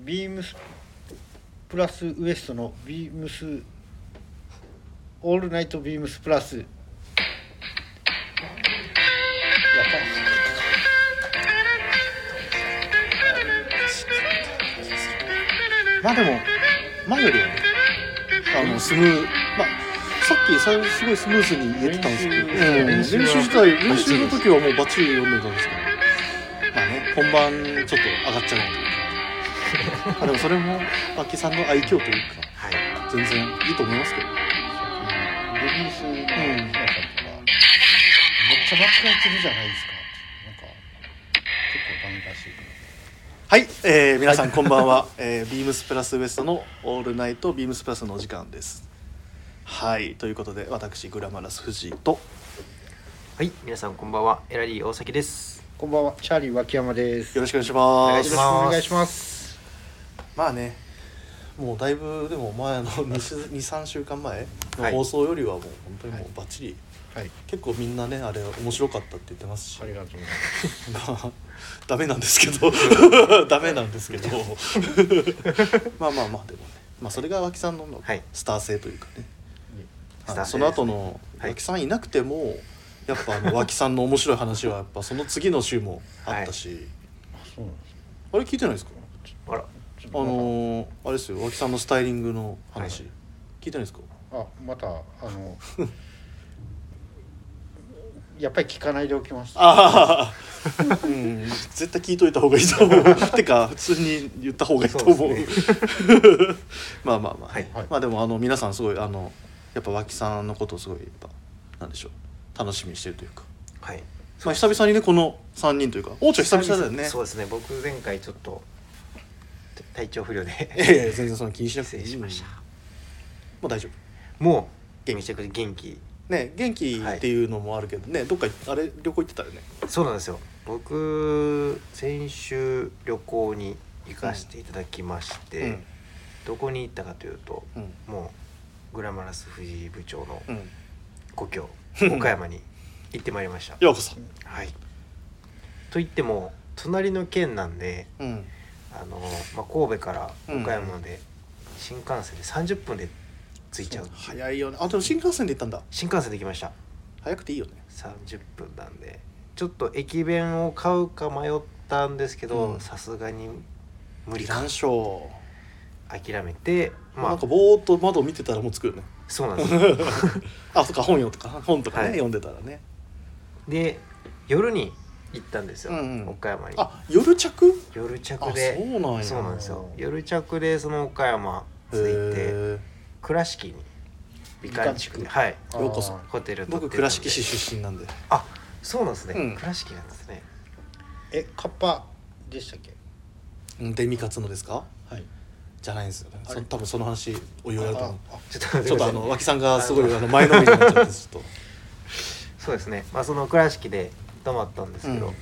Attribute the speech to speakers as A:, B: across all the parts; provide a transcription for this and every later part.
A: ビームスプラスウエストのビームスオールナイトビームスプラスやっ
B: まあでも前よりはねスムーまあさっきすごいスムーズに言ってたんですけど、練習の時はもうバッチリ読んでたんですけど、まあね本番ちょっと上がっちゃうというかでもそれもバッキーさんの愛嬌というか、はい、全然いいと思いますけど、
A: レディースの皆さんとか、めっちゃ間違えてるじゃないですか。なんか結構ダメらしい。
B: はい、皆さんこんばんは、ビームスプラスウエストのオールナイトビームスプラスのお時間です。はい、ということで私グラマラス藤井と、
C: はい、皆さんこんばんは、エラリー大崎です。
A: こんばんは、チャーリー脇山です。
B: よろしくお願いします。
A: よろしくお願いします。
B: まあね、もうだいぶでも前の2、3週間前の放送よりはもう本当にもうバッチリ、はい、結構みんなねあれ面白かったって言ってますし、
A: ありがとうございます。
B: まあダメなんですけどダメなんですけどまあでもね、まあそれが脇さんのスター性というかね、はい、その後の脇さんいなくてもやっぱ脇さんの面白い話はやっぱその次の週もあったし、はい、
A: そうなんですか。
B: あれ聞いてないですか？
C: あら、
B: あれですよ、脇さんのスタイリングの話、はい、聞いてないですか？
A: あ、またやっぱり聞かないでおきます。
B: うん、絶対聞いといた方がいいと思うてか普通に言った方がいいと思う、ね、まあ、はい、まあでも皆さんすごいやっぱ脇さんのことをすごいやっぱなんでしょう、楽しみにしてるというか、はい、まあ久々にねこの3人というか、おうちゃん久々だよね。
C: そうですね、僕前回ちょっと体調不良で
B: 全然その気にしなくていい。
C: 失礼しました。
B: もう大丈夫。
C: もうめちゃくちゃ元気
B: ね、元気っていうのもあるけどね、はい、どっかあれ旅行行ってたよね。そう
C: なんですよ、僕先週旅行に行かせていただきまして、どこに行ったかというと、もうグラマラス藤井部長の故郷、岡山に行ってまいりました
B: ようこそ。
C: はい。といっても隣の県なんで、神戸から岡山まで新幹線で30分で着いちゃう。
B: 早いよね。あ、でも新幹線で行ったんだ。
C: 新幹線で行きました。
B: 早くていいよね。
C: 30分なんでちょっと駅弁を買うか迷ったんですけど、さすがに無理か諦めて、
B: なんかぼーっと窓見てたらもう着くよね。
C: そうなんです
B: あ、そっか、本とかね、はい、読んでたらね。
C: で夜に行ったんですよ、岡山に。
B: あ、夜着
C: で。
B: そうなんや。
C: そうなんですよ、夜着でその岡山着いて倉敷に美観地区で、はい、
B: ようこそ。
C: ホテル
B: 僕倉敷市出身なんで。
C: あ、そうなんですね、倉敷なんですね。
A: カッパでしたっけ？
B: デミカツのですか？はい。じゃないんですよね。多分その話お言われると思う。ちょっと脇さんがすごい前のめりになっちゃってちょっと
C: そうですね、まあその倉敷で泊まったんですけど、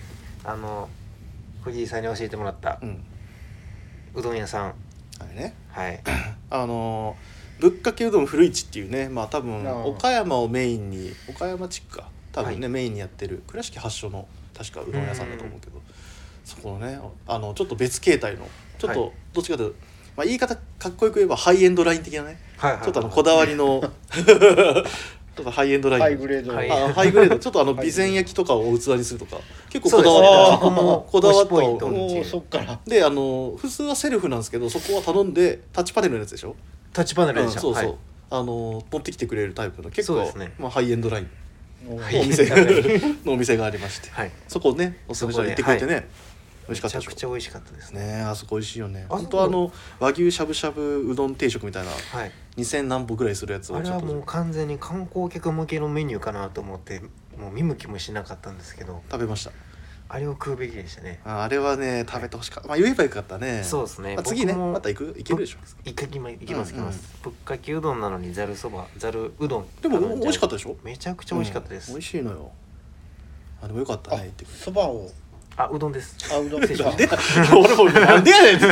C: 藤井さんに教えてもらった、うどん屋さん、
B: あれね、
C: はい、
B: ぶっかけうどん古市っていうね、まあ多分岡山をメインに、岡山地区か多分ね、メインにやってる倉敷発祥の確かうどん屋さんだと思うけど、そこのねちょっと別形態のちょっとどっちかというと、まあ、言い方かっこよく言えばハイエンドライン的なね、ちょっとこだわりのちょっとハイエンドライン、
A: ハイグレード、
B: ハイグレード、ちょっと備前焼きとかをお器にするとか結構こだわった
A: そっから
B: で普通はセルフなんですけど、そこは頼んでタッチパネルのやつでしょ。
C: タッチパネルでしょ、
B: そうそう、持ってきてくれるタイプの結構、まあ、ハイエンドラインのお店がありまして、そこねおすすめ行ってくれてね、美味しかったでしょ。
C: めちゃくちゃ美味しかったです
B: ね。あそこ美味しいよね。本当和牛しゃぶしゃぶうどん定食みたいな、2000何歩ぐらいするやつを
C: あれはもう完全に観光客向けのメニューかなと思ってもう見向きもしなかったんですけど、
B: 食べました。
C: あれを食うべきでしたね。
B: あれはね食べてほしかった。まあ言えばよかったね。
C: そうですね、
B: 次ねまた行けるでしょ。
C: 行きます。ぶっかけうどんなのにざるうどん
B: でも美味しかったでしょ。
C: めちゃくちゃ美味しかったです。
B: 美味しいのよ。でもよかったね。
A: そばを
C: うどんです。
A: うどんでしょ。
B: 俺もなんでやねんって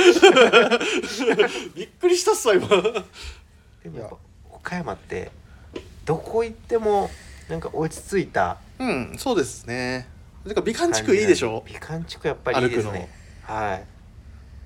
B: びっくりしたっすわ今。
C: でも岡山ってどこ行ってもなんか落ち着いた、
B: そうですね。美観地区いいでしょ。
C: 美観地区やっぱりいいですね。はい。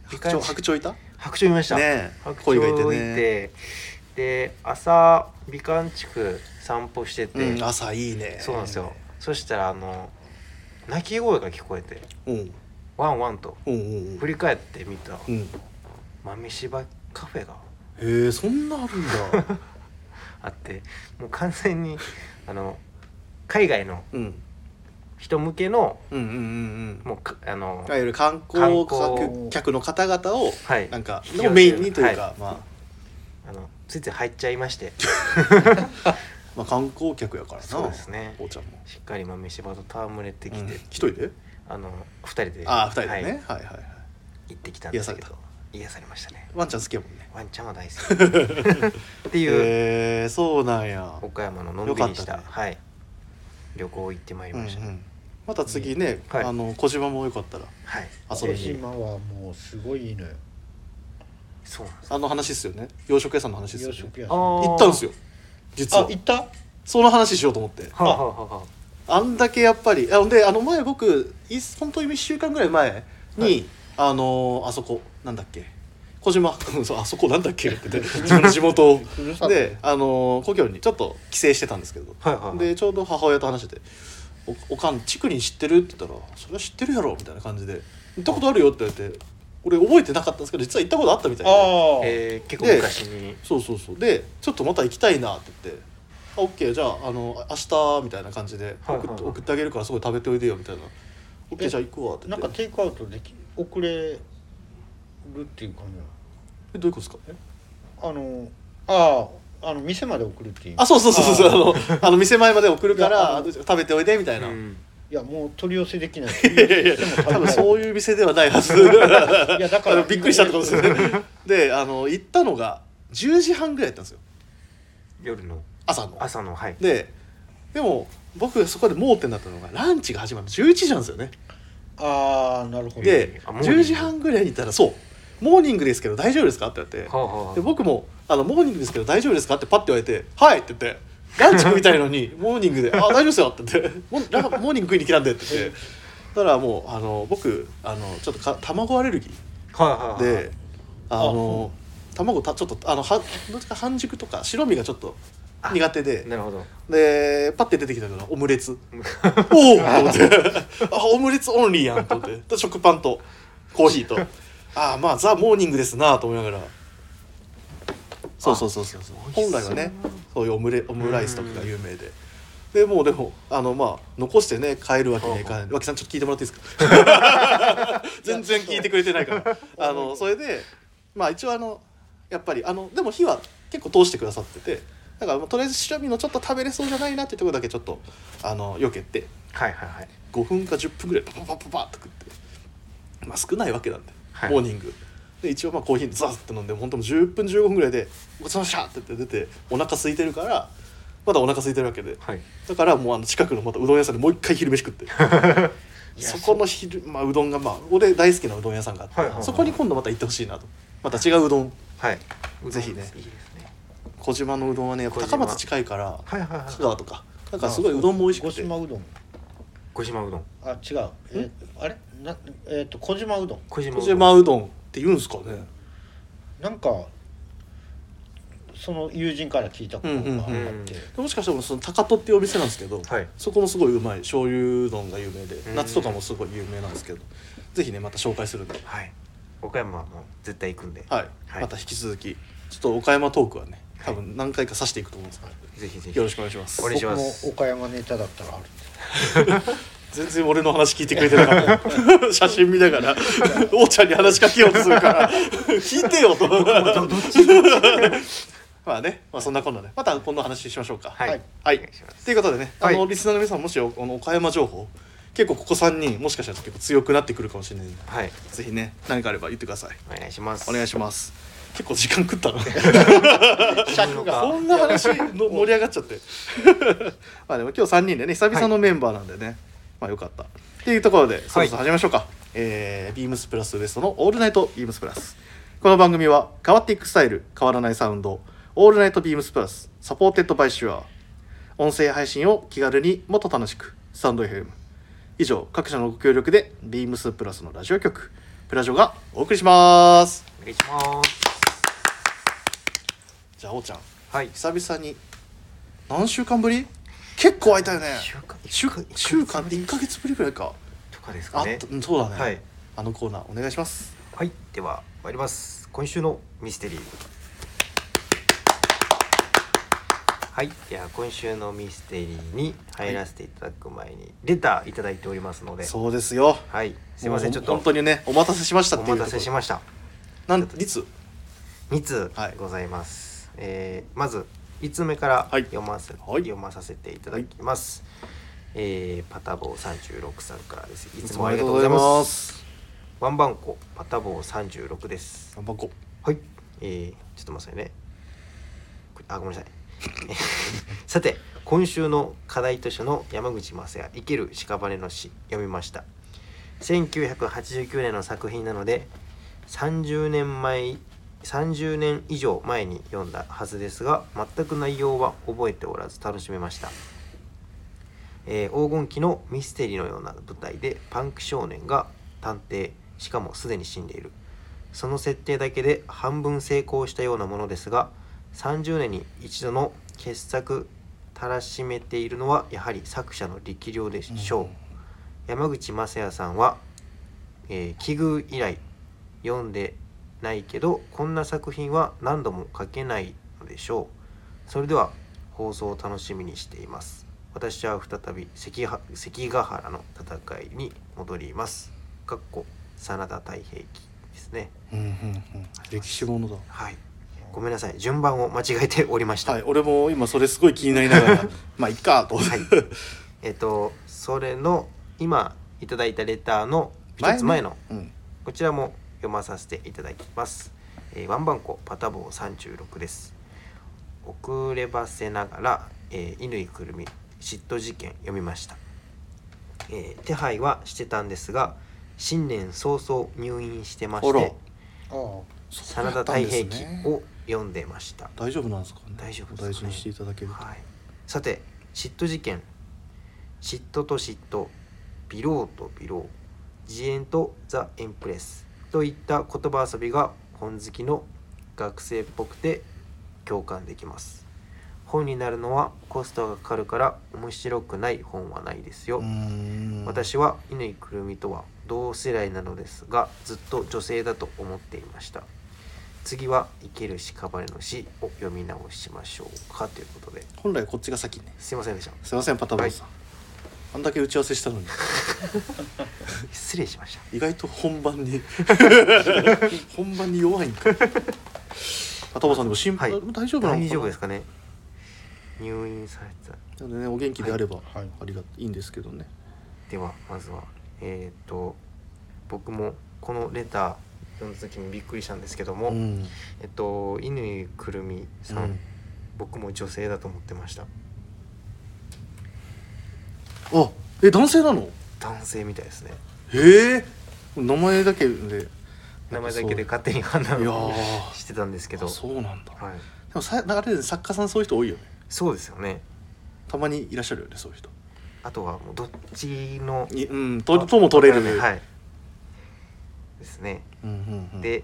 B: 白鳥いた？
C: 白鳥いました
B: ね。
C: 白
B: 鯉がいて
C: 鳥
B: ね。
C: いて、で朝美観地区散歩してて、
B: 朝いいね。
C: そうなんですよ。そしたら鳴き声が聞こえて、ワンワンと振り返ってみたら、豆柴カフェが
B: そんなあるんだ
C: あって、もう完全に海外の人向けの、もう
B: いわゆる観光客の方々を、なんかメインにというか、
C: ついつい入っちゃいまして
B: 観光客やからな。
C: そうですね。
B: こうちゃんも
C: しっかり豆柴と戯れてきて、
B: 一人で
C: 2人で
B: 2人でね、
C: 行ってきたんですけど、癒されましたね。
B: ワンちゃん好きやもんね。
C: ワンちゃんは大好きっていう、
B: そうなんや。
C: 岡山ののんびりした旅行行ってまいりました。
B: また次ね、小島もよかったら遊びに。
A: 小島はもうすごいいいのよ。
C: そうなんです。
B: 話ですよね。洋食屋さんの話ですよね。
C: 行
B: 行ったんですよ実は。
A: 行った？
B: その話しようと思って。あんだけやっぱりで前僕本当に1週間ぐらい前に、あそこなんだっけ、小島そうあそこなんだっけって自分の地元で故郷にちょっと帰省してたんですけど、でちょうど母親と話してて「おかんチクリン知ってる?」って言ったら「それは知ってるやろ」みたいな感じで「行ったことあるよ」って言われて、俺覚えてなかったんですけど実は行ったことあったみたい
C: で、結構昔に。
B: そうでちょっとまた行きたいなって言って。オッケー、じゃあ明日みたいな感じで送ってあげるからすごい食べておいでよみたいな。オッケー、じゃあ行くわって言って。
A: なんかテイクアウトで送れるっていうかね。
B: どういうことですか？
A: 店まで送るっていう。
B: そう店前まで送るから食べておいでみたいな。
A: いやもう取り寄せできない。
B: 多分そういう店ではないはず。いやだからびっくりしたってことですよね。で行ったのが10時半ぐらいだったんですよ。
C: 夜の
B: 朝の。
C: はい。
B: でも僕そこで盲点だったのがランチが始まるの11時なんですよね。
A: なるほど。
B: で10時半ぐらいに行ったら「モーニングですけど大丈夫ですか?」って言われて、で僕も「モーニングですけど大丈夫ですか?」ってパッて言われて「はい」って言って「ランチ食いたいのにモーニングで大丈夫ですよ」って言って「モーニング食いに来たんで」って言ってだからもう僕ちょっと卵アレルギーで卵ちょっと半熟とか白身がちょっと苦手で、
C: なるほど。
B: でパッて出てきたのがオムレツおおと思ってオムレツオンリーやんと思って食パンとコーヒーとまあザ・モーニングですなと思いながらそう本来はねそういうオムライスとかが有名でも残してね帰るわけにはいかない。脇さんちょっと聞いてもらっていいですか？全然聞いてくれてないからそれで一応やっぱりでも火は結構通してくださってて、だからとりあえず白身のちょっと食べれそうじゃないなっていうところだけちょっと避けて5分か10分ぐらいパパッと食って、少ないわけなんで、モーニングで一応コーヒーザーって飲んで本当も10分15分ぐらいでごちそうさまでしたって出てお腹空いてるからまだお腹空いてるわけで、だからもう近くのまたうどん屋さんでもう一回昼飯食ってそこのうどんが俺大好きなうどん屋さんがあって、そこに今度また行ってほしいなと。また違ううどんぜひね。小島のうどんはねやっぱ高松近いから香川とかなんかすごいうどんも美味しくて。
A: 五島うどん違うあれ小島うどん
B: 小島うどんって言うんすかね。
A: なんかその友人から聞いたことがあって、
B: もしかしたらその高戸っていうお店なんですけど、そこもすごいうまい醤油うどんが有名で夏とかもすごい有名なんですけど、ぜひねまた紹介するんで、
C: 岡山はもう絶対行くんで、
B: また引き続きちょっと岡山トークはね多分何回かさしていくと思うんですから、
C: ぜひ
B: よろしくお願いします。
A: 僕も岡山ネタだったらある
B: 全然俺の話聞いてくれてなかった写真見ながらおーちゃんに話しかけようとするから聞いてよとそんなこんなでまた今度話しましょうか。ということでね、リスナーの皆さんもし岡山情報結構ここ3人もしかしたら結構強くなってくるかもしれないので、ぜひね何かあれば言ってください。
C: お願いします。
B: 結構時間食ったな
A: 尺が
B: こんな話の盛り上がっちゃってでも今日3人でね久々のメンバーなんでね、よかったっていうところでそろそろ始めましょうか。ビームスプラスウエストのオールナイトビームスプラス。この番組は変わっていくスタイル変わらないサウンドオールナイトビームスプラスサポーテッドバイシュア音声配信を気軽にもっと楽しくスタンド FM 以上各社のご協力でビームスプラスのラジオ局プラジオがお送りします。
C: お願いします。
B: じゃあおーちゃん、
C: はい、
B: 久々に何週間ぶり？結構空いたよね。週間1ヶ月ぶりぐらいか
C: とかですかね。
B: そうだね、
C: はい、
B: あのコーナーお願いします。
C: はい、では参ります。今週のミステリー。はい、では今週のミステリーに入らせていただく前にレターいただいておりますので、
B: そうですよ。
C: はい、すいません、ちょっと
B: 本当にねお待たせしましたっていう
C: お待たせしました。
B: 2通
C: ございます。まず5つ目から読まさせていただきます。パタボー36さんからです。いつもありがとうございます。ワンバンコパタボー36です。
B: ワンバンコ、
C: はい、ちょっと待ってね。ごめんなさい。さて、今週の課題図書の山口雅也生ける屍の詩読みました。1989年の作品なので30年以上前に読んだはずですが、全く内容は覚えておらず楽しめました。黄金期のミステリーのような舞台でパンク少年が探偵、しかもすでに死んでいる。その設定だけで半分成功したようなものですが、30年に一度の傑作たらしめているのはやはり作者の力量でしょう。山口雅也さんは、奇遇以来読んでないけどこんな作品は何度も書けないのでしょう。それでは放送を楽しみにしています。私は再び関ヶ原の戦いに戻ります。真田太平記ですね。
B: 歴史ものだ。
C: はい、ごめんなさい、順番を間違えておりました。
B: はい、俺も今それすごい気になりながらまあいっかと。はい、
C: それの今いただいたレターの一つ前の、こちらも読まさせていただきます。ワンバンコパタボー36です。遅ればせながら、乾くるみ嫉妬事件読みました。手配はしてたんですが新年早々入院してまして真田太平記を読んでました。
B: 大丈夫なんですかね。
C: 大丈夫ですかね。
B: 大事にしていただけると、
C: はい、さて、嫉妬事件、嫉妬と嫉妬、ビローとビロー、ジエンとザ・エンプレスといった言葉遊びが本好きの学生っぽくて共感できます。本になるのはコストがかかるから面白くない本はないですよ。私は乾くるみとは同世代なのですがずっと女性だと思っていました。次は生ける屍の詩を読み直しましょうかということで、
B: 本来こっちが先ね。
C: すいませんでした。
B: すいませんパタボーさん、あんだけ打ち合わせしたのに
C: 失礼しました。
B: 意外と本番に弱いんか。パタボーさんでも心配、大丈夫なのかな。
C: 大丈夫ですかね。入院されてた
B: のでね、お元気であれば、いいんですけどね。
C: ではまずは僕もこのレター読んだ時にびっくりしたんですけども、乾くるみさん、僕も女性だと思ってました。
B: 男性なの？
C: 男性みたいですね。
B: 名前だけで
C: 勝手に判断してたんですけど。
B: そうなんだ。
C: はい、
B: でもあれで作家さんそういう人多いよね。
C: そうですよね。
B: たまにいらっしゃるよね、そういう人。
C: あとはもうどっちの
B: とも取れる、
C: はいですね。で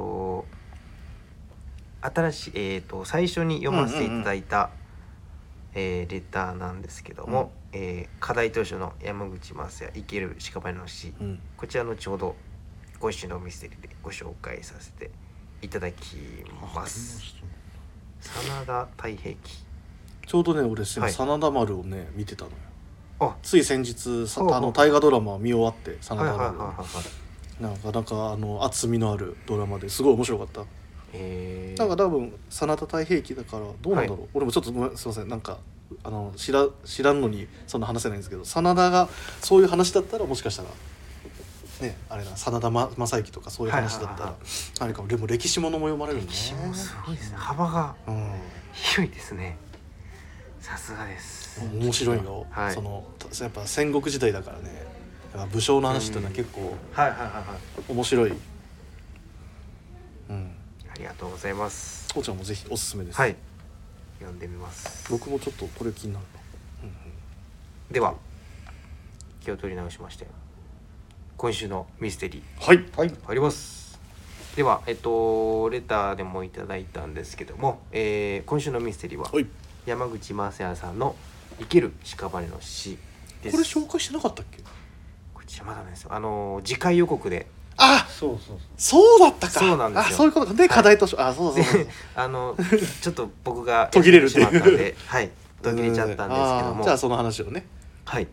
C: 新しい最初に読ませていただいた、レターなんですけども、課題図書の山口雅也生ける屍の詩、こちら後ほど今週のミステリーでご紹介させていただきます。真田太平記、ち
B: ょうどね俺真田丸をね見てたのよ。つい先日大河ドラマ見終わって、真田丸なんか厚みのあるドラマですごい面白かった。なんか多分真田太平記だからどうなんだろう、俺もちょっとすいません、なんか知らんのにそんな話せないんですけど、真田がそういう話だったらもしかしたらね、あれだ真田正幸とかそういう話だったらあれかも。でも歴史ものも読まれるんね。
C: 歴史もすごいですね。幅が広いですね。さすがです。
B: 面白いよ。やっぱ戦国時代だからね、武将の話ってのは結構面白い。
C: ありがとうございます。
B: こうちゃんもぜひおすすめです。
C: 読んでみます。
B: 僕もちょっとこれ気になるな。
C: では気を取り直しまして今週のミステリー
B: はい
A: はい
C: 入ります。ではレターでもいただいたんですけども、今週のミステリーは
B: はい
C: 山口正也さんの生きる屍の死です。
B: これ紹介してなかったっけ？
C: こちらまだなんですよ。次回予告で
A: そうそう
B: そうだったか。
C: そうなんですよ。
B: そういうことか。で、課題図書、そうそうそう
C: ちょっと僕が
B: 途切れるっていう
C: やってしまったんではい途切れちゃったんですけども、
B: じゃあその話をね。
C: はい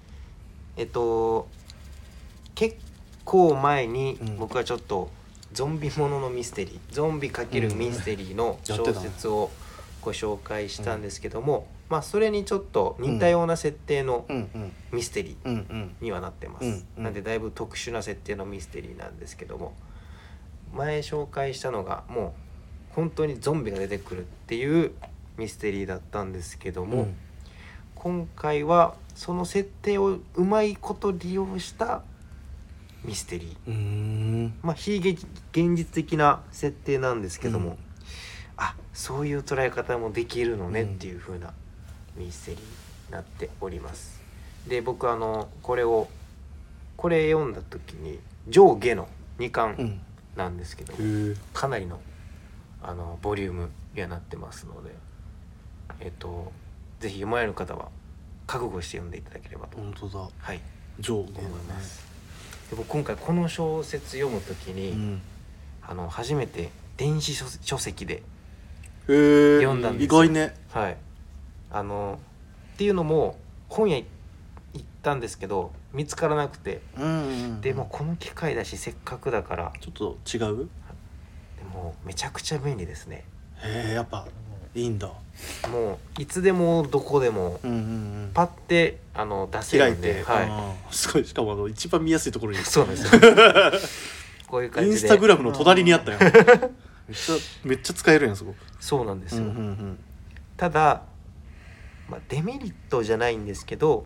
C: 結構前に僕はちょっとゾンビもののミステリー、ゾンビ×ミステリーの小説をご紹介したんですけども、それにちょっと似たような設定のミステリーにはなってます。なんでだいぶ特殊な設定のミステリーなんですけども、前紹介したのがもう本当にゾンビが出てくるっていうミステリーだったんですけども、今回はその設定をうまいこと利用したミステリー、非現実的な設定なんですけども、そういう捉え方もできるのねっていう風なミステリーになっております。で僕これ読んだ時に上下の2巻なんですけども、かなりのボリュームにはなってますので、ぜひ読まれる方は覚悟して読んでいただければと
B: 本当だ。
C: はい
B: 上下
C: 思います。で僕今回この小説読む時に、初めて電子書籍で読んだんですよ。
B: 意外ね。
C: はいっていうのも本屋行ったんですけど見つからなくて、でもこの機会だしせっかくだから
B: ちょっと違う？
C: でもめちゃくちゃ便利ですね。
B: やっぱいいんだ。
C: もういつでもどこでもパッて出せるんで、
B: すごい。しかも一番見やすいところに。
C: そうなんですよこういう感じで
B: インスタグラムの隣にあったよめっちゃ使えるやんそこ。
C: そうなんですよ。ただ、デメリットじゃないんですけど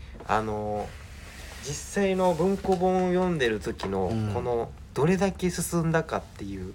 C: 実際の文庫本を読んでる時のこのどれだけ進んだかっていう、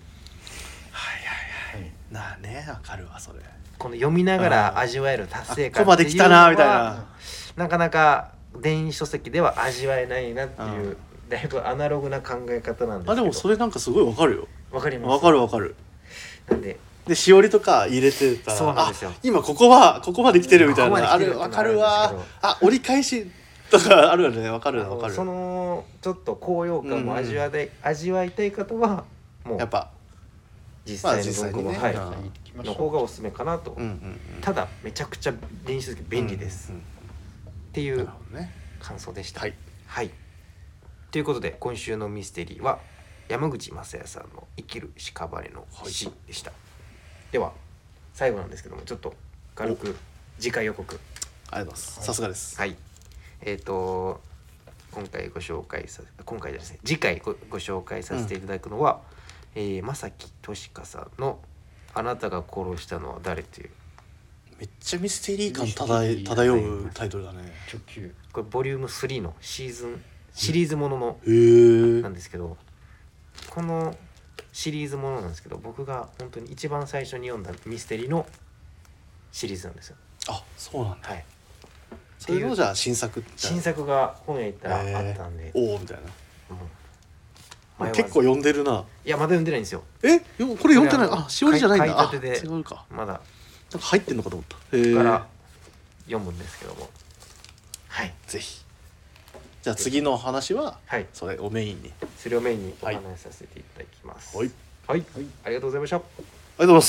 B: なあね、わかるわそれ。
C: この読みながら味わえる達成感
B: ここまで来たなみたいな、
C: なかなか電子書籍では味わえないなっていう、だいぶアナログな考え方なんですけど。
B: でもそれなんかすごいわかるよ。
C: わかります。
B: わかる。
C: なんで
B: しおりとか入れてたら、
C: そうなんですよ。
B: 今ここまで来てるみたいな、わかるわ。折り返しとかあるよね。わかる。
C: そのちょっと高揚感も味わいたい方はもう
B: やっぱ
C: 実際の文庫本の方がおすすめかなと。ただめちゃくちゃ電子書籍便利ですっていう感想でした。はい。ということで今週のミステリーは山口正也さんの生きる屍の死でした。では最後なんですけども、ちょっと軽く次回予告。
B: ありがとうございます。さすがです。
C: はい。次回ご紹介させていただくのは、正木俊香さんのあなたが殺したのは誰という、
B: めっちゃミステリー感漂うタイトルだね。
C: これボリューム3のシリーズもののなんですけど、このシリーズものなんですけど、僕が本当に一番最初に読んだミステリーのシリーズなんですよ。
B: そうなんだ。
C: はい。
B: それのじゃあ新作
C: が本屋行ったらあったんで、
B: おおみたいな。結構読んでるな。
C: いやまだ読んでないんですよ。
B: これ読んでない。しおりじゃないんだ。
C: 買い立てで
B: 違うか。
C: まだ
B: なんか入ってんのかと思った。
C: から読むんですけども、
B: ぜひ。じゃあ次の話はそれをメインに
C: お話しさせていただきます。
B: はい、
C: ありがとうございました。
B: ありがとうございます。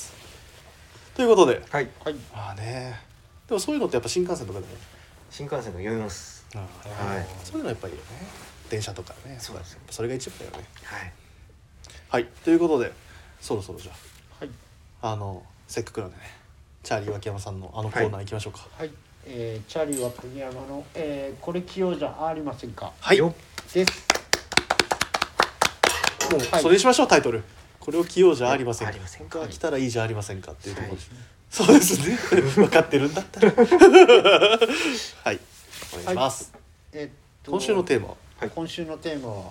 B: ということで、でもそういうのってやっぱ新幹線とかでも
C: 読みます。
B: そういうのやっぱりいいよね。電車とかね。
C: そうです。
B: それが一番だよね。はい。ということでそろそろじゃあせっかくなんでね、チャーリー脇山さんのコーナー行きましょうか。
A: チャーリーは国山の、これ器用じゃありませんか。です。
B: もうそれにしましょう。タイトル。これを器用じゃありませんか。本当は来たらいいじゃありませんかっていうところです。そうですね。分かってるんだったら。はい。お願いします。今週のテーマは。
A: 今週のテーマは、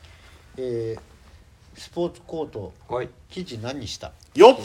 A: スポーツコート記事何にした
B: よっ。
A: やっ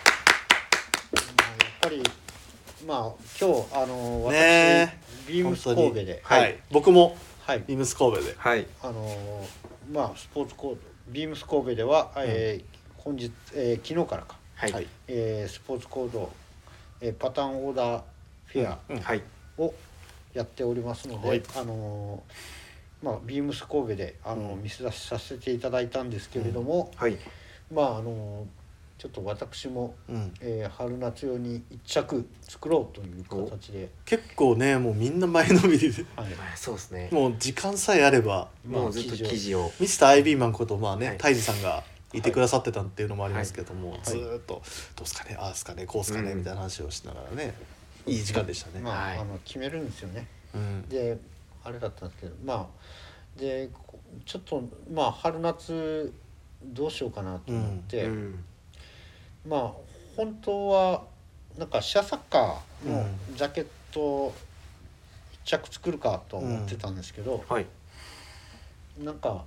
A: ぱり今日私ビームス神戸で、
B: 僕も
A: はい、
B: ビームス神戸で、
C: はい、
A: まあスポーツコードビームス神戸では、本日、昨日からか、
C: はい、
A: スポーツコード、パターンオーダーフェアをやっておりますので、
B: はい、
A: まあビームス神戸で見せ出しさせていただいたんですけれども、
C: はい、
A: まあちょっと私も、春夏用に1着作ろうという形で
B: 結構ねもうみんな前のめりで、
A: はい、
C: そうですね。
B: もう時間さえあれば、
C: もうずっと記事を
B: ミスターアイビーマンことまあね、
C: はい、
B: 泰治さんがいてくださってたっていうのもありますけども、
A: はい、
B: ずーっとどうすかねああすかねこうすかねみたいな話をしながらね、いい時間でしたね。
A: まあ、決めるんですよね。であれだったんですけど、まあでちょっとまあ春夏どうしようかなと思って、まあ本当はなんかシアサッカーのジャケット一着作るかと思ってたんですけど、
C: はい、
A: なんか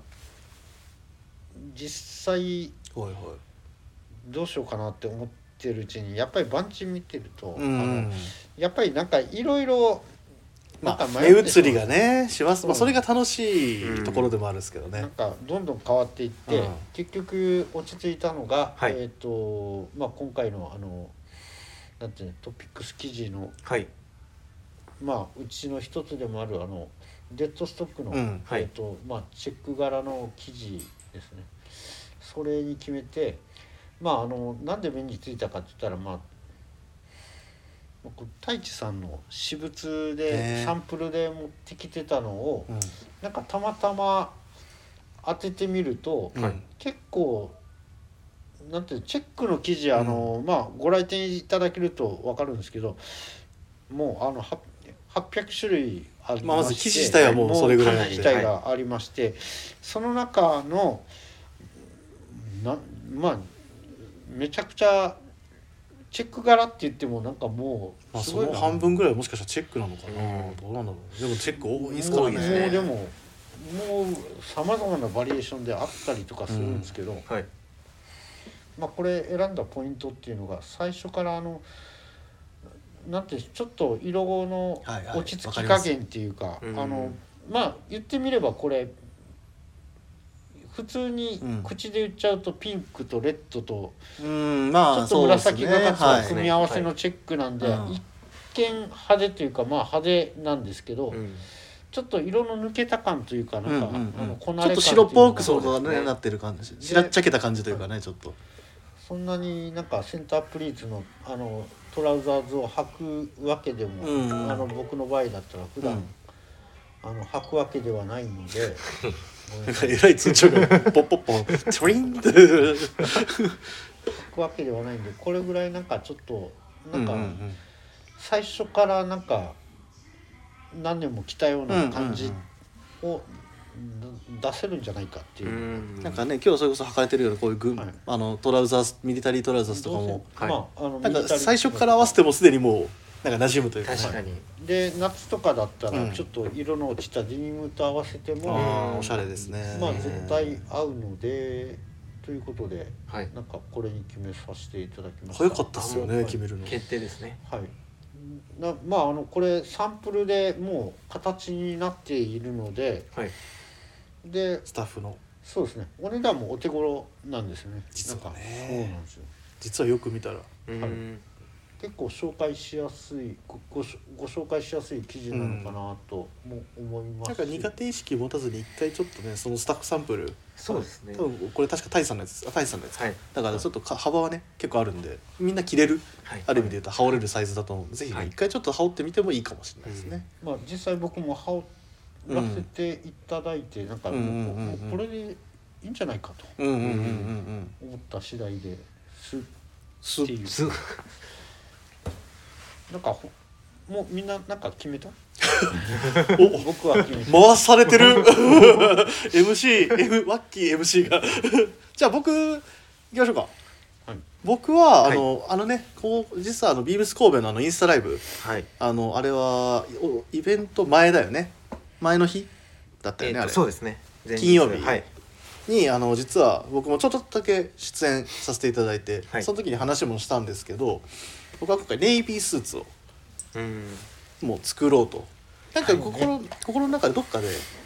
A: 実際どうしようかなって思ってるうちにやっぱり番地見てると、やっぱりなんかいろいろ
B: まあ目移りがねします。まあそれが楽しいところでもあるんですけどね。
A: なんかどんどん変わっていって、結局落ち着いたのが、
C: はい、
A: まあ今回のなんていうのトピックス記事の、
C: はい、
A: まあうちの一つでもあるデッドストックの、
C: はい、
A: まあチェック柄の記事ですね。それに決めて、まあなんで目についたかって言ったら、まあ太一さんの私物でサンプルで持ってきてたのを、なんかたまたま当ててみると、結構なんていうチェックの記事まあご来店いただけると分かるんですけど、もう800種類ありまして、
B: まず記事自体はもうそれぐらい
A: 記事自体がありまして、その中のまあめちゃくちゃチェック柄って言ってもなんかもう
B: すごい、その半分ぐらいはもしかしたらチェックなのかな、どうなんだろう。でもチェック多いですからね。
A: もうでもさまざまなバリエーションであったりとかするんですけど、
C: はい、
A: まあこれ選んだポイントっていうのが最初からなんてちょっと色の落ち着き加減っていうか、まあ言ってみればこれ普通に口で言っちゃうとピンクとレッドとちょっと紫がかった組み合わせのチェックなんで、一見派手というかまあ派手なんですけど、ちょっと色の抜けた感というかなんか
B: こなれ感ちょっと白っぽくそうねなってる感じ、しらっちゃけた感じというかね、ちょっと
A: そんなになんかセンタープリーツのトラウザーズを履くわけでも、僕の場合だったら普段履くわけではないので。
B: なんかえらい通帳がポッポッポントリンって履
A: くわけではないんで、これぐらいなんかちょっとなんか最初からなんか何年も着たような感じを出せるんじゃないかっていう、
B: なんかね今日それこそ履かれてるようなこういうトラウザーミリタリートラウザーとかも、なんか最初から合わせてもすでにもうなんか馴染むというか、
C: 確かに。
A: で夏とかだったらちょっと色の落ちたデニムと合わせても、
B: おしゃれですね。
A: まあ絶対合うのでということで、なんかこれに決めさせていただきました。
B: 早かったですよね、決めるの。
C: 決定ですね。
A: はい。まあこれサンプルでもう形になっているので、で
B: スタッフの
A: そうですね、お値段もお手頃なんですよね。
B: 実はね。
A: そうなんですよ。
B: 実はよく見たら。
A: 結構紹介しやすいご紹介しやすい記事なのかなとも思います。
B: なんか苦手意識持たずに一回ちょっとねそのスタッフサンプル、
C: そうですね。
B: 多分これ確かタイさんのやつです。タイさんのやつ。だからちょっと幅はね結構あるんでみんな着れる、ある意味で言うと羽織れるサイズだと思うので、ぜひ一回ちょっと羽織ってみてもいいかもしれないですね。
A: まあ実際僕も羽織らせていただいて、なんかもうこれでいいんじゃないかと思った次第ですっていう。なんかもうみんななんか決めた？僕は決めた。
B: 回されてるワッキー MC がじゃあ僕行きましょうか。僕はこう実はビームス神戸のインスタライブ、あれはイベント前だよね。前の日だったよね、あれ。
C: そうですね。
B: 金曜日に実は僕もちょっとだけ出演させていただいて、その時に話もしたんですけど、僕は今回ネイビースーツをもう作ろうと、なんか心の中でどっかで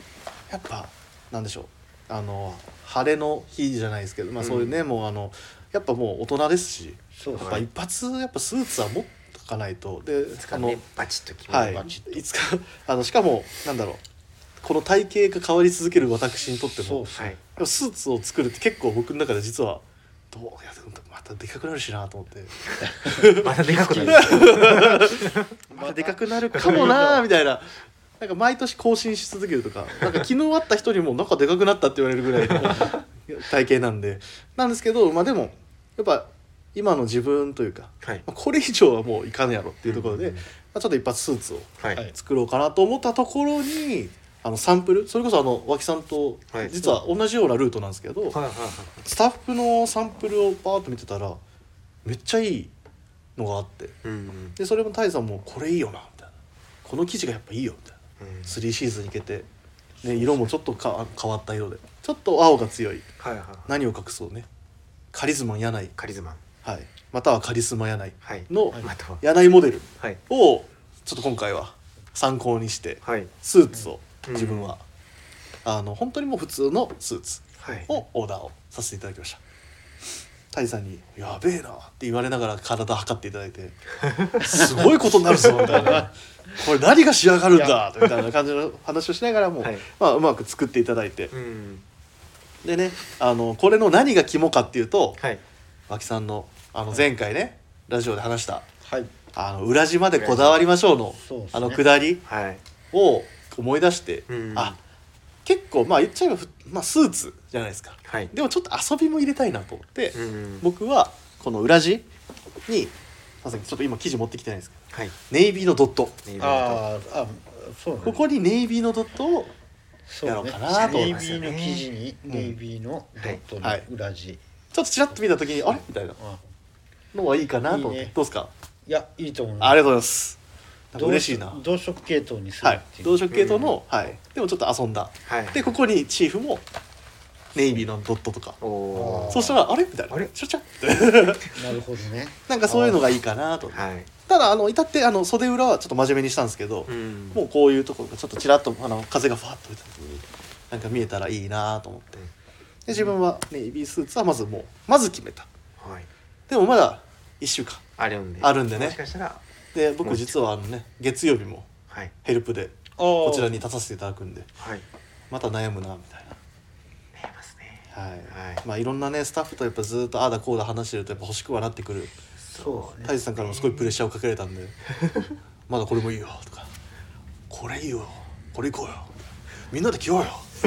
B: やっぱなんでしょう晴れの日じゃないですけど、まあそういうね、もうやっぱもう大人ですし、やっぱ一発やっぱスーツは持っとかないと。で
C: バチッと決める、
B: はい、いつかしかもなんだろう、この体型が変わり続ける私にとってもスーツを作るって結構僕の中で実はまたでかくなるしなと思って
C: またでかくなる
B: またでかくなるかもなみたいな。なんか毎年更新し続けるとか、なんか昨日会った人にもなんかでかくなったって言われるぐらいの体型なんですけど、まあでもやっぱ今の自分というか、
C: はい、
B: これ以上はもういかんやろっていうところで、ちょっと一発スーツを作ろうかなと思ったところに、サンプル、それこそ脇さんと実は同じようなルートなんですけど、スタッフのサンプルをパーッと見てたらめっちゃいいのがあって、でそれもタイさんもこれいいよなみたいな、この生地がやっぱいいよみたいな。3シーズンに行けて、ね、色もちょっと変わった色でちょっと青が強い、何を隠そうね、カリズマン柳井、はい、またはカリスマ柳井の柳井モデルをちょっと今回は参考にして、スーツを自分は本当にもう普通のスーツをオーダーをさせていただきました。タイさんに「やべえな」って言われながら体測っていただいて「すごいことになるぞ」みたいな「これ何が仕上がるんだ」みたいな感じの話をしながらも、まあ、うまく作っていただいて、でねこれの何が肝かっていうと、脇さんの前回ねラジオで話した、裏地までこだわりましょうのくだりを思い出して、結構まあ言っちゃえばスーツじゃないですか、でもちょっと遊びも入れたいなと思って、僕はこの裏地にちょっと今生地持ってきてないんですけど、ネイビーのドット、ここにネイビーのドットをやろうかなと思いますよね。
A: ネイビーの生地にネイビーのドットの裏地、
B: ちょっとちらっと見た時にあれみたいなのはいいかなと思って。どうですか？
A: いや、いいと思います。
B: ありがとうございます。嬉しいな。
A: 同色系統にするっていう、
B: 同色系統の、でもちょっと遊んだ、でここにチーフもネイビーのドットとか、そうしたらあれみたいな、ちゃちゃって
A: なるほどね。
B: なんかそういうのがいいかなと。ただ至って袖裏はちょっと真面目にしたんですけど、もうこういうところがちょっとちらっと風がファッと出た時になんか見えたらいいなと思って、で自分はネイビースーツはまず決めた、でもまだ1週間あるんでね、もしかしたらで僕実は月曜日もヘルプでこちらに立たせていただくんで、また悩むなみたいな。
C: 悩みますね。
B: まあいろんなねスタッフとやっぱずっとああだこうだ話してるとやっぱ欲しくはなってくる。タイズさんからもすごいプレッシャーをかけられたんでまだこれもいいよとか、これいいよ、これ行こうよ、みんなで着ようよ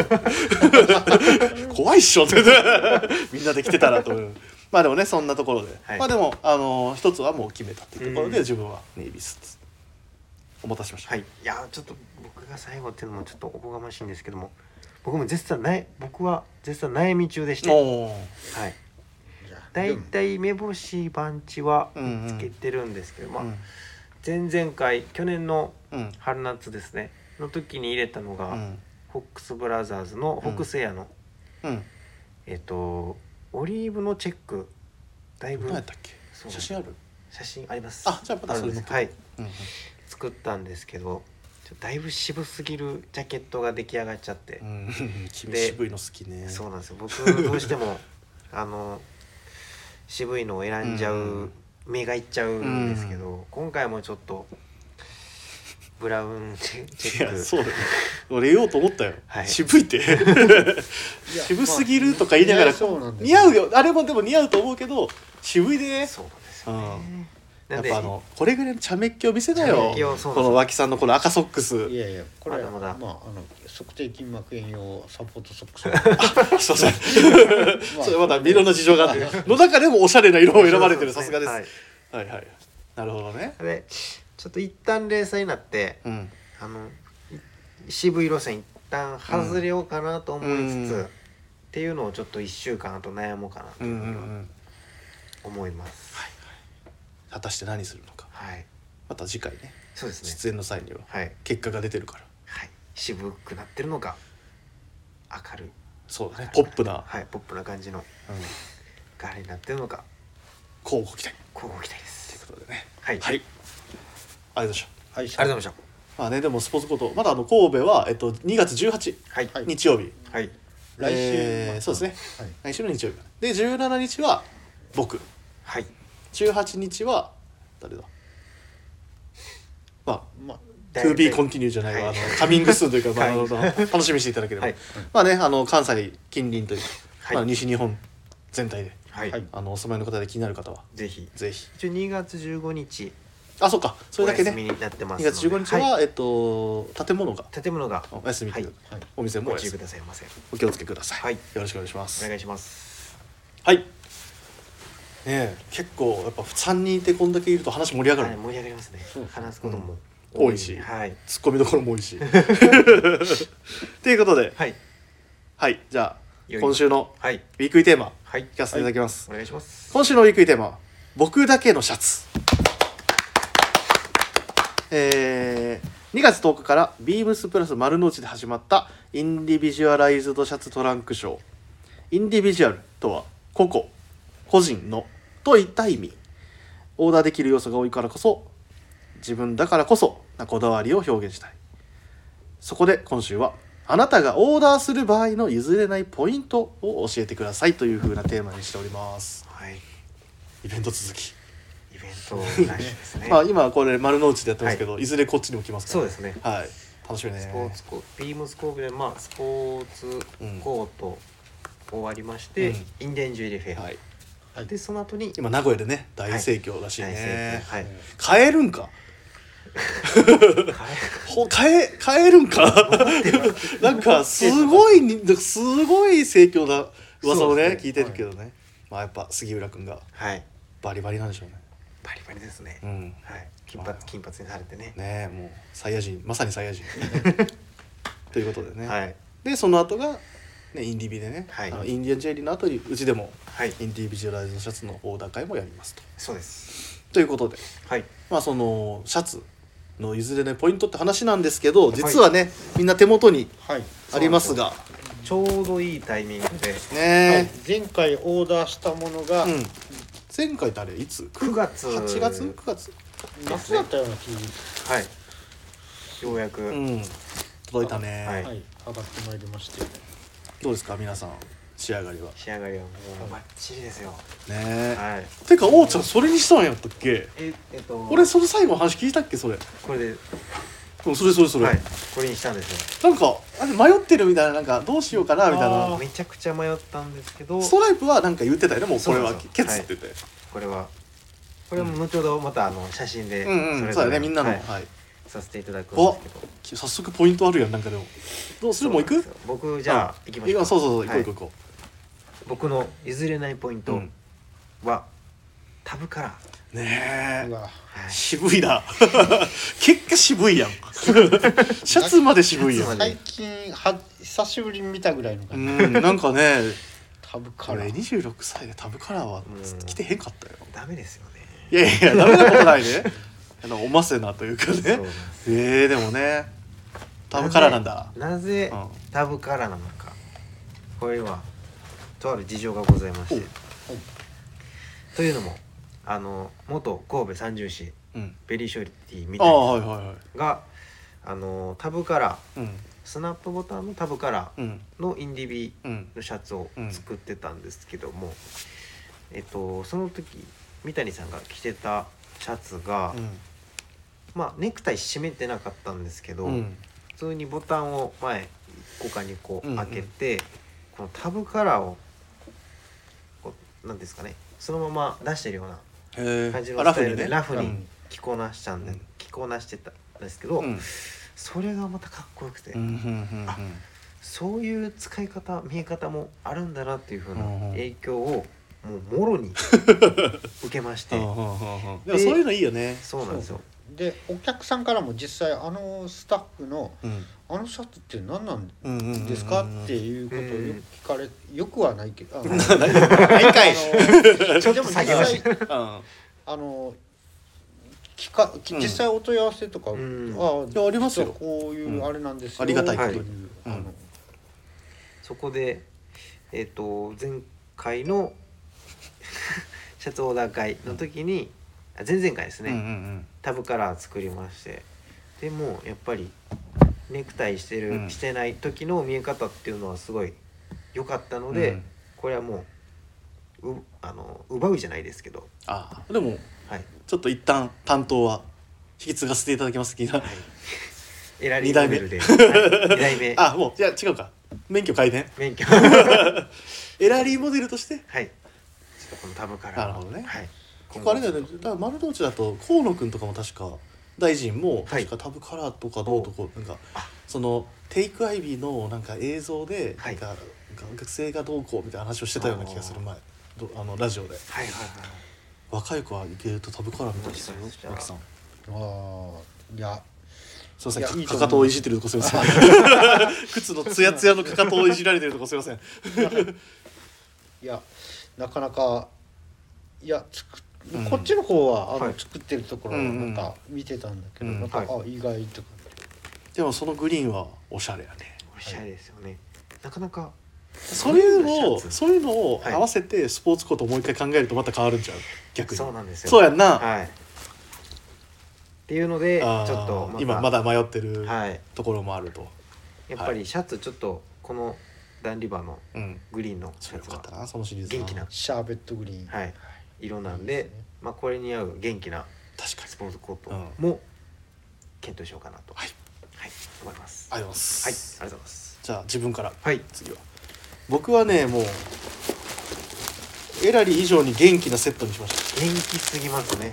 B: 怖いっしょってみんなで着てたらと思う。まあでもねそんなところで、まあでも一つはもう決めたっていうところで、自分はネイビースーツお待たせしました。
C: いやちょっと僕が最後っていうのもちょっとおこがましいんですけども、僕は絶賛悩み中でして、だいたい目星番地はつけてるんですけど、前々回去年の春夏ですねの時に入れたのが、フォックスブラザーズの北西屋の、オリーブのチェック、だいぶ
B: 何やったっけ？写真ある？
C: 写真あります。
B: じゃあまたそれの
C: 作ったんですけど、だいぶ渋すぎるジャケットが出来上がっちゃって、
B: 渋いの好きね。
C: そうなんですよ。僕どうしても渋いのを選んじゃう、目がいっちゃうんですけど、今回もちょっとブラウンチェック。
B: そうだよ。俺言おうと思ったよ。渋いって渋すぎるとか言いながら、似合うよ。あれもでも似合うと思うけど渋いで。
C: そうなんですよね。
B: やっぱこれぐらいの茶メッキを見せなよ。この脇さんのこの赤ソックス。
A: いやいや、これはまだ測定筋膜炎用サポートソックス。
B: そうそれまだいろんな事情があっての中でもおしゃれな色を選ばれてる。さすがです。はいはい。なるほどね。
C: でちょっと一旦冷静になって、渋い路線一旦外れようかなと思いつつ、っていうのをちょっと1週間あと悩もうかなと思います。
B: 果たして何するのか、また次回ね、出演の際には結果が出てるから、
C: 渋くなってるのか明るい、
B: そうだね、ポップな
C: 感じのガレになってるのか、
B: 交互期待
C: です。
B: ということでね、
C: はい、
B: ありがとうございました。
C: ありがとうございました。
B: まあね、でもスポーツコートまだ神戸は、2月18、
C: はい、
B: 日曜日、
C: はい、
A: 来週、
B: そうですね、
A: はい、
B: 来週の日曜日で17日は僕、
C: はい、
B: 18日は誰だ、まあ
C: To
B: be continue じゃないわ、カミングスーンというか、楽しみにしていただければ、
C: はい、
B: まあね、関西近隣というか、
C: はい、
B: まあ、西日本全体で、
C: はい、
B: お住まいの方で気になる方は
C: ぜひ
B: 一
C: 応2月15日
B: あ、そうか、それだけね、
C: お休みになってます
B: 2月15日は、はい、建物がお休みという、はい、お店もお休み、
C: ご注意くださいませ。
B: お気をつけください、
C: はい、
B: よろしくお願いします。
C: お願いします。
B: はい。ね、結構やっぱ3人いてこんだけいると話盛り上がる、
C: はい、盛り上がりますね。話すことも
B: 多いし、
C: はい、
B: ツッコミどころも多いしということで、はい、はい、じゃあ今週のウィークリーテーマ、はい、聞かせていただきます、
C: お願いします。
B: 今週のウィークリーテーマは僕だけのシャツ。2月10日からビームスプラス丸の内で始まったインディビジュアライズドシャツトランクショー。インディビジュアルとは個々、個人のといった意味。オーダーできる要素が多いからこそ、自分だからこそなこだわりを表現したい。そこで今週はあなたがオーダーする場合の譲れないポイントを教えてくださいという風なテーマにしております。
C: はい。
B: イベント続き。
C: イベントらしいですね。
B: まあ今これ丸の内でやってますけど、いずれこっちにも来ますから、
C: そうですね。
B: はい。楽しみね。
C: スポーツビームス神戸でスポーツコート終わりまして、インディアンジュエリーフェア。はい。でその後に
B: 今名古屋でね大盛況らしいね。
C: はい。
B: 買えるんか。買えるんか。なんかすごい盛況な噂をね聞いてるけどね。まあやっぱ杉浦くんがバリバリなんでしょうね。
C: バリバリですね。はい。金髪にされてね。
B: ね、もうサイヤ人、まさにサイヤ人。ということでね。
C: はい。
B: でその後がねインディビでね、インディアンジェリーの後にうちでもインディビジュアライズドシャツのオーダー会もやりますと。
C: そうです。
B: ということで、
C: はい。
B: まあそのシャツの譲れないポイントって話なんですけど、実はね、みんな手元にありますが、
C: ちょうどいいタイミングで
B: ね、
A: 前回オーダーしたものが、
B: 前回ってあれいつ
C: ？9月
B: 8月9月
A: 夏だったような気。
C: はい。ようやく
B: 届いたね。
A: はい。上がってまいりまして。
B: どうですか皆さん、仕上がりは？
C: 仕上がりはもうバッチリですよ。
B: ね。
C: はい。
B: てかおーちゃんそれにしたんやったっけ？俺その最後の話聞いたっけそれ？
C: これで。
B: それ。
C: はい。これにしたんです
B: よ。なんかあれ迷ってるみたいな、なんかどうしようかなみたいな。
C: めちゃくちゃ迷ったんですけど。
B: ストライプはなんか言ってたよね。もうこれはケツって言って。
C: これは後ほどまた写真で
B: そうだねみんなの
C: させていただくんです
B: けど。早速ポイントあるやんなんかでも。どうする？もう行く？
C: 僕じゃあ行きましょう。
B: そう行こう。
C: 僕の譲れないポイントはタブカラ
B: ー。ねえ。渋いな。結果渋いやん。シャツまで渋いやん。
A: 最近久しぶりに見たぐらいの感
B: じ。なんかね。
A: タブカラー。
B: 26歳でタブカラーは着てへんかったよ。
C: ダメですよね。
B: いやダメなことないね。おませなというかね。でもねタブカラーなんだ。
C: なぜタブカラーなのか。これはとある事情がございまして。というのも元神戸三重士ベリーショリティみたいながタブカラー。スナップボタンのタブカラーのインディビのシャツを作ってたんですけども、その時三谷さんが着てたシャツが、ネクタイ締めてなかったんですけど、普通にボタンを前1個か2個開けて、このタブカラーを何ですかね、そのまま出してるような感じのスタイルでラフに着こなしてたんですけど、それがまたかっこよくて、そういう使い方見え方もあるんだなっていう風な影響をもうもろに受けましてでも
B: そういうのいいよね。
C: そうなんですよ。
A: でお客さんからも実際スタッフの、あのシャツって何なんですかっていうことをよく聞かれ、よくはないけど
B: 毎回
C: ちょっと下げまし
A: 実際お問い合わせとか、
B: ありますよ。
A: こういうあれなんですよ、
B: ありがたい
A: という、
C: そこで前回のシャツオーダー会の時に前々回ですね、タブカラー作りまして、 でもやっぱりネクタイしてる、してない時の見え方っていうのはすごい良かったので、これはもう奪うじゃないですけど、
B: でも、ちょっと一旦担当は引き継がせていただきます。
C: エラリーモデルで2代目
B: もうじゃあ違うか、免許改伝
C: 免許
B: エラリーモデルとして
C: ちょっとこのタブカラー
B: なるほどね。結構あれだよね、だから丸の内だと河野くんとかも確か大臣も確かタブカラーとかどうとこなんかそのテイクアイビーのなんか映像でなんか学生がどうこうみたいな話をしてたような気がする前ラジオで若い子はいけるとタブカラーみたいですよ奥さん。
A: いや
B: すいません、かかとをいじってるとこすいません靴のツヤツヤのかかとをいじられてるとこすいません
A: いやなかなかこっちの方は作ってるところなんか見てたんだけど、なんか意外とか。
B: でもそのグリーンはおしゃれやね。
C: おしゃれですよね。なかなか
B: そういうのを合わせてスポーツコートをもう一回考えるとまた変わるんちゃう？逆に。
C: そうなんですよ。
B: そうやんな。
C: っていうのでちょっと
B: 今まだ迷ってるところもあると。
C: やっぱりシャツちょっとこのダンリバーのグリーンのシャツは元気な
A: シャーベットグリーン
C: 色なんで、これに合う元気なスポーツコートも検討しようかなと思います。
B: ありがとうございます。
C: はい、ありがとうございます。
B: じゃあ自分から
C: 次
B: は僕はね、もうエラリー以上に元気なセットにしました。
C: 元気すぎますね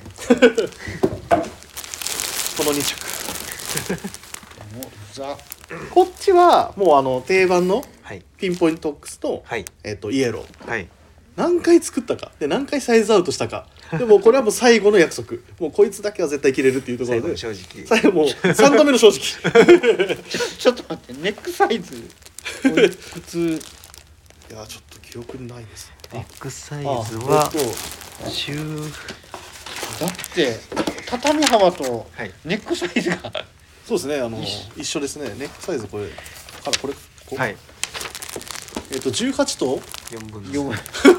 B: この2着こっちはもう定番のピンポイントオックスと、イエロー、何回作ったかで何回サイズアウトしたかでもこれはもう最後の約束もうこいつだけは絶対着れるっていうところで最後もう3度目の正直
A: ちょっと待ってネックサイズ普通
B: いやちょっと記憶にないです。
C: ネックサイズは
A: だって畳幅とネックサイズが
B: そうですね一緒ですね。ネックサイズこれ18と
C: 4分
A: の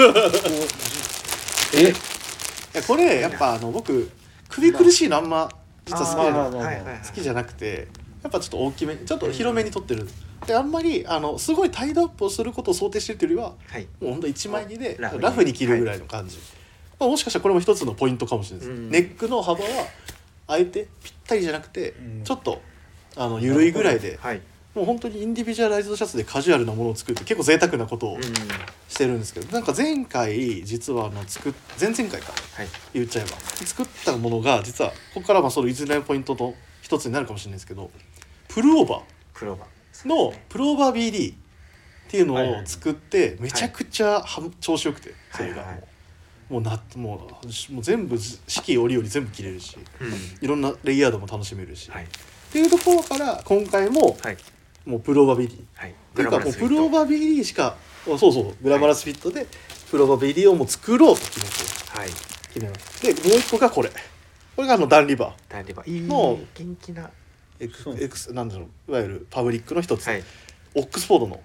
B: これやっぱ僕首苦しいのあんま実は好きじゃなくてやっぱちょっと大きめちょっと広めに取ってる。であんまりすごいタイドアップをすることを想定してるというよりは、もうほんと1枚着でラフに着るぐらいの感じ、もしかしたらこれも一つのポイントかもしれないです、ネックの幅はあえてぴったりじゃなくて、ちょっと緩いぐらいで、もう本当にインディビジュアライズドシャツでカジュアルなものを作るって結構贅沢なことをしてるんですけど、なんか前回実は前々回か、言っちゃえば作ったものが実はここからそのいずれのポイントの一つになるかもしれないですけど、プルオーバーのプルオーバー BD っていうのを作ってめちゃくちゃ調子よくて、それがもう全部四季折々全部着れるし、いろんなレイヤードも楽しめるし、っていうところから今回ももうプルオーバー BD っていうかもうプルオーバー BD しかグラマラスフィットでプルオーバー BD をもう作ろうと決めます。でもう一個がこれがダンリバーの
C: 元気な
B: なんだろういわゆるパブリックの一つ、オックスフォードの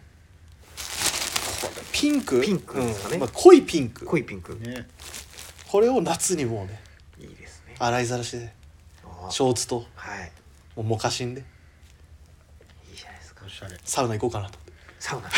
B: ピンクですかね、濃いピンク
A: ね、
B: これを夏にもうね
C: いいですね
B: 洗いざらしでショーツともうモカシンで
C: いいじゃないですか。
B: サウナ行こうかなと。
C: サウナ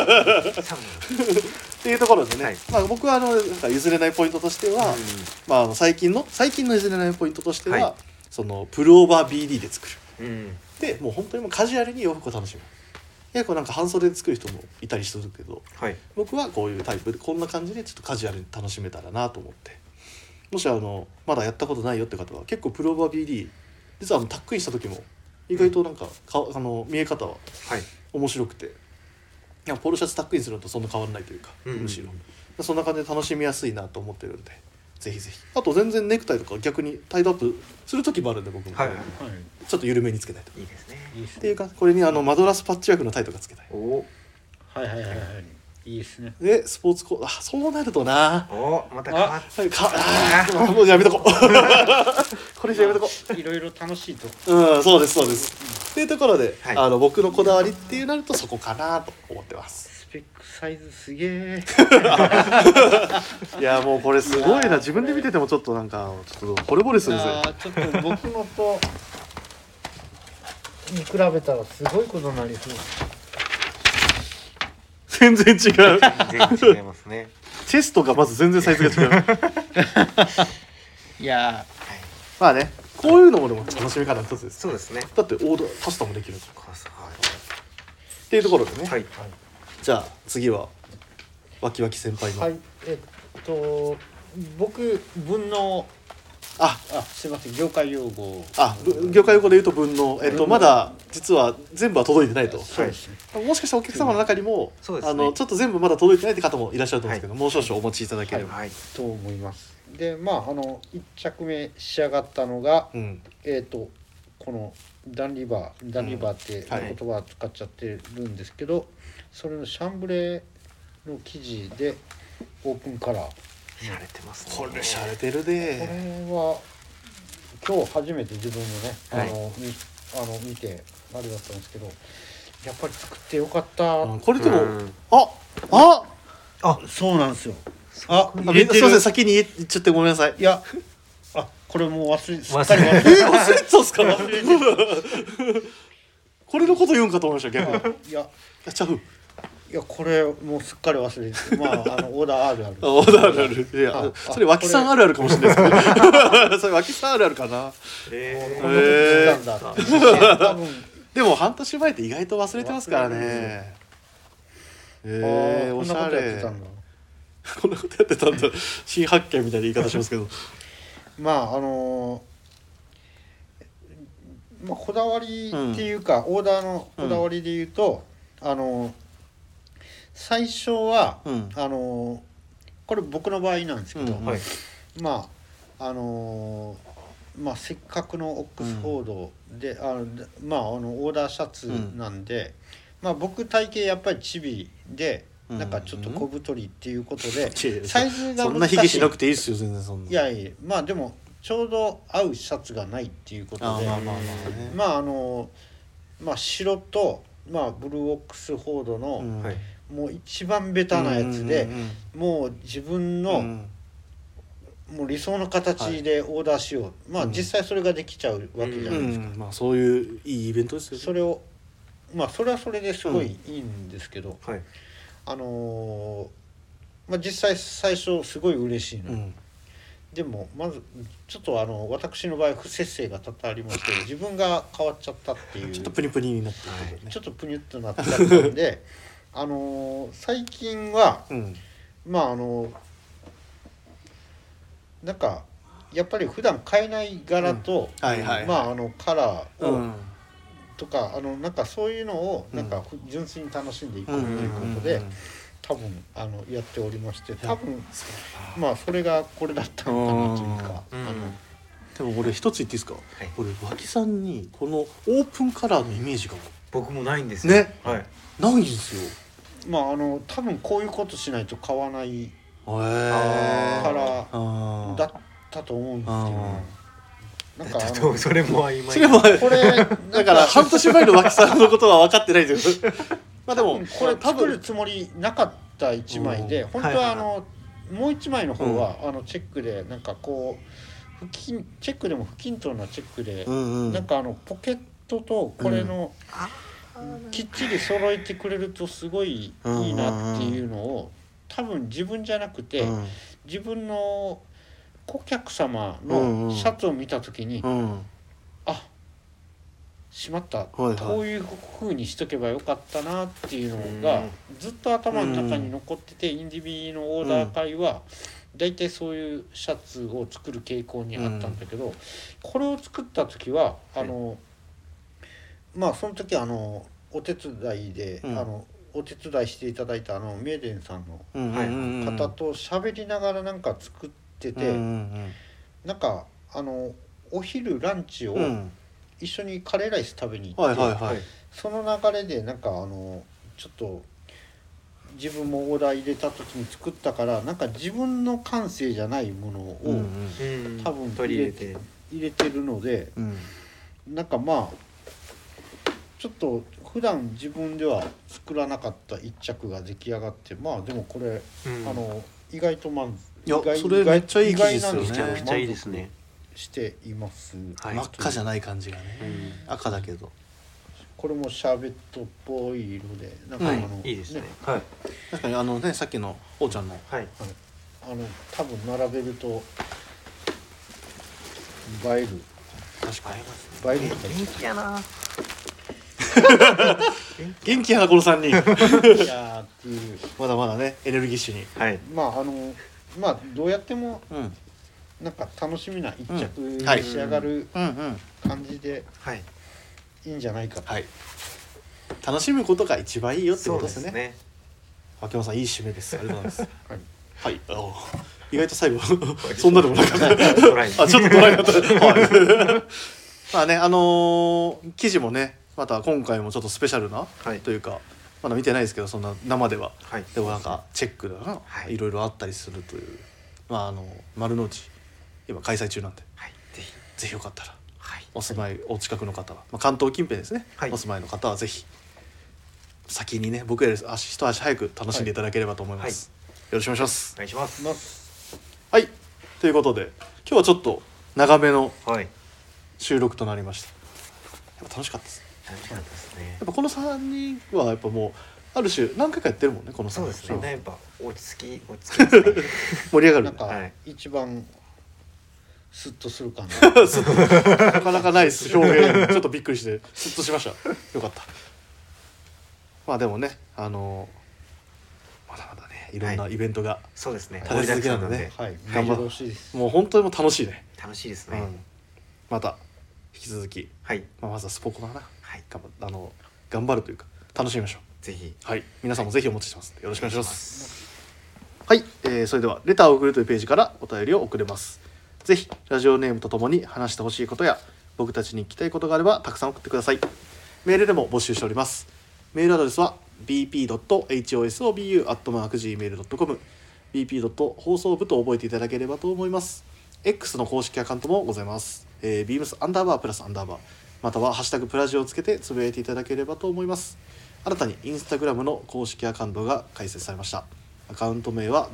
B: っていうところでね、僕はなんか譲れないポイントとしては、最近の譲れないポイントとしては、そのプルオーバー BD で作る、でもう本当にもうカジュアルに洋服を楽しむ。結構なんか半袖で作る人もいたりするけど、僕はこういうタイプでこんな感じでちょっとカジュアルに楽しめたらなと思って、もしまだやったことないよって方は結構プルオーバー BD 実はタックインした時も意外となんか見え方は面白くて、ポロシャツタックインするのとそんな変わらないというか、むしろそんな感じで楽しみやすいなと思ってるんで、ぜひぜひ。あと全然ネクタイとか逆にタイドアップする時もあるんで、僕もちょっと緩めにつけたいと。
C: いいですね。
B: っていうかこれにマドラスパッチワークのタイとかつけたい。
A: いいですね。
B: でスポーツコートそうなるとな
C: また変わ
B: ったもうやめとここれじゃやめとこ
A: いろいろ楽しいと。
B: そうですっていうところで、僕のこだわりっていうなるとそこかなと思ってます。
A: スペックサイズすげえ
B: いやもうこれすごいな、自分で見ててもちょっとなんかちょっと惚れ惚れするぜ。
A: ちょっと僕のとに比べたらすごいことになりそう。
B: 全然違う。
C: 全然違いますね。
B: チェストがまず全然サイズが違う。
A: いや
B: まあね、こういうのもでも楽しみ方の一つです。
C: そうですね。
B: だってオーダーカスタムできるとか
C: はい。
B: っていうところでね、
C: はい。
B: じゃあ次はわきわき先輩の、
A: はい、僕分のすいません、業界用語。
B: 業界用語で言うと分の、まだ実は全部は届いてないと。
A: そうですね。
B: もしかしたらお客様の中にも、
C: そうですね、
B: ちょっと全部まだ届いてないって方もいらっしゃると思うんですけど、もう少々お持ちいただければ。
C: はい。
A: と思います。で、1着目仕上がったのが、このダンリバーって言葉使っちゃってるんですけど、それのシャンブレーの生地でオープンカラー。
C: しゃれてますね。
B: これしゃれてるで。
A: これは今日初めて自分もね、見てあれだったんですけど、やっぱり作ってよかった。
B: これでも、
A: そうなんですよ。
B: すいません、先に言っちゃってごめんなさい。
A: いや、これもう忘れてたん
B: ですか。これのこと言うんかと思いました逆に。
A: いや
B: ちゃう。
A: いや、これもうすっかり忘れて、オーダーあるある。
B: オーダーあるある。いや、それ脇さんあるあるかもしれないですけど。それ脇さんあるあるかな。でも半年前って意外と忘れてますからね。おしゃれ。こんなことやってたんだ。新発見みたいな言い方しますけど。
A: こだわりっていうか、オーダーのこだわりで言うと、最初は、これ僕の場合なんですけど、せっかくのオックスフォードで、オーダーシャツなんで、僕体型やっぱりチビで、なんかちょっと小太りっていうことで、サイズが難しい。
B: そんな卑下しなくていいですよ、全然そんな。
A: いやいや、でもちょうど合うシャツがないっていうことで、白と、ブルーオックスフォードの、もう一番ベタなやつで、もう自分の、もう理想の形でオーダーしよう、実際それができちゃうわけじゃないですか。
B: そういういいイベントですよね。
A: それをそれはそれですごいいいんですけど、実際最初すごい嬉しいの、でもまずちょっと私の場合不摂生が多々ありまして、自分が変わっちゃったっていう、
B: ちょっとプニプニになってる、
A: ちょっとプニュッとなっちゃったんで最近は、なんかやっぱり普段買えない柄と、カラーを、とかなんかそういうのをなんか純粋に楽しんでいこうということで、多分やっておりまして、多分それがこれだったのかなというか。
B: でも俺一つ言っていいですか、俺脇さんにこのオープンカラーのイメージが
C: 僕もないんですよ
B: ね、ないんですよ。
A: 多分こういうことしないと買わないカラーだったと思うんですけど、なんか
C: それも曖昧。
B: それもこれだから半年前の脇さんのことは分かってないですよ。でも
A: これ作るつもりなかった1枚で、本当はもう1枚の方はチェックでなんかこうチェックでも不均等なチェックで、なんかポケットとこれのきっちり揃えてくれるとすごいいいなっていうのを、多分自分じゃなくて、自分の顧客様のシャツを見た時に、しまった、こういう風にしとけばよかったなっていうのがずっと頭の中に残ってて、インディビのオーダー会はだいたいそういうシャツを作る傾向にあったんだけど、これを作った時はその時お手伝いで、お手伝いしていただいたメーデンさんの方と喋りながらなんか作ってて、なんかお昼ランチを一緒にカレーライス食べに行って、その流れでなんかちょっと自分もオーダー入れた時に作ったから、なんか自分の感性じゃないものを多分入れてるので、なんかちょっと普段自分では作らなかった一着が出来上がって、でもこれ意外と
B: それめっちゃいい生地ですよね。
C: めっちゃいいですね。
A: しています。
B: 真っ赤じゃない感じがね、赤だけど
A: これもシャーベットっぽい色でなんか
C: いいですね。はい。
B: 確かにねさっきのおーちゃんの
C: はい。
A: 多分並べると映える
B: 確かに
A: 映える形
C: 元気やな。
B: 元気やなこの3人
A: いやーっていう
B: まだまだねエネルギッシュに
C: はい。
A: まあどうやっても
B: うん
A: なんか楽しみな一着に
B: はい
A: 仕上がる
B: うんうん
A: 感じで
C: はい。
A: いいんじゃないかと、
B: はい楽しむことが一番いいよって
C: そうで
B: ことですね。
C: すね。
B: 秋山さんいい締めですありがとうございます
A: はい
B: はい意外と最後そんなでもなかった
C: ドライに
B: あちょっとドライだったはいまあね記事もねまた今回もちょっとスペシャルな、
C: はい
B: というかまだ見てないですけどそんな生では、
C: はい。
B: でもなんかチェックだな、
C: はい
B: いろいろあったりするという丸の内今開催中なんで
C: はい。ぜひ。
B: ぜひよかったら
C: はい。
B: お住まいお近くの方は、関東近辺ですね、
C: はい
B: お住まいの方はぜひ先にね僕より一足早く楽しんでいただければと思います、よろしくお願いします
C: お願いします。
B: はいということで今日はちょっと長めの
C: はい。
B: 収録となりましたやっぱ楽しかったです
C: 楽しかったですね
B: や。っぱこの3人はやっぱもうある種何回かやってるもんねこの3人
C: そうですね。やっぱ落ち着きますね。
B: 盛り上がるね
A: なんか
C: はい
A: 一番スッとする感じ
B: なかなかないです表現ちょっとびっくりしてスッとしましたよかったまあでもねまだまだねいろんなイベントが、
C: そうですね。
B: 立て続けなんでね
A: はい
B: 頑張ろう
A: 目白押しです
B: もう本当にもう楽しいね、
C: 楽しいですね。
B: うん、また引き続き、
C: はい。
B: まずはスポコだな
C: はい。
B: 頑張るというか楽しみましょう
C: ぜひ。
B: はい皆さんもぜひお待ちしてますのでよろしくお願いしますはい、それではレターを送るというページからお便りを送れます。ぜひラジオネームとともに話してほしいことや僕たちに聞きたいことがあればたくさん送ってください。メールでも募集しております。メールアドレスは bp.hosobu@gmail.com bp. 放送部と覚えていただければと思います。X の公式アカウントもございます。beams_+_ またはハッシュタグプラジオをつけてつぶやいていただければと思います。新たにインスタグラムの公式アカウントが開設されました。アカウント名は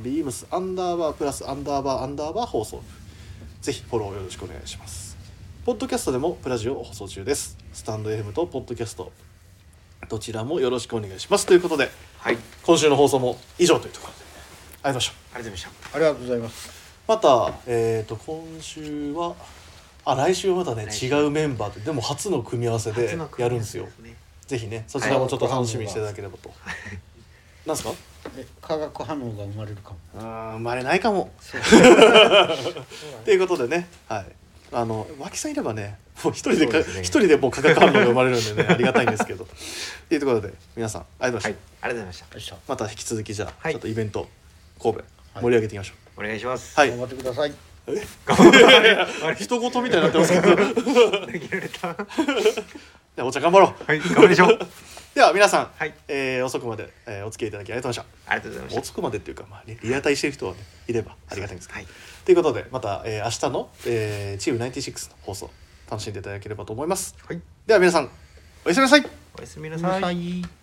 B: beams_+_ 放送部。ぜひフォローよろしくお願いします。ポッドキャストでもプラジオを放送中です。スタンド FM とポッドキャストどちらもよろしくお願いしますということで、
C: はい。
B: 今週の放送も以上というところでありがとうございました。
C: ありがとうございました。
A: ありがとうございます。
B: また今週は来週はまたね
C: 来週
B: 違うメンバーででも初の組み合わせで
C: 初の組み合わ
B: やるんですよ。
C: せですね。
B: ぜひねそちらもちょっと楽しみにしていただければと。なんですか？
A: 化学反応が生まれるかも。
B: 生まれないかも。ということでね、はい。脇さんいればね、もう一人で一人でもう化学反応が生まれるんでね、ありがたいんですけど。というところで皆さんありがとうございました。
C: ありがとうございました。
A: よいしょ
B: また引き続きじゃあ、
C: はい
B: ちょっとイベント神戸盛り上げていきましょう。
C: お願いします。
B: はい。
A: 頑張ってください。
B: 人事みたいになってますけど。
C: 投げられた。
B: じゃあお茶頑張ろう。
C: はい。頑張りましょう。
B: では皆さん、
C: はい。
B: 遅くまで、お付き合いいただきありがとうございま
C: ありがとうございました。
B: 遅くまでっていうか、リアタイしてる人は、ね、いればありがたいんですけど、
C: はい。
B: ということでまた、明日の、チーム96の放送楽しんでいただければと思います。
C: はい。
B: では皆さんおやすみなさい。
C: おやすみな
A: ごめんな
C: さい。
A: さい。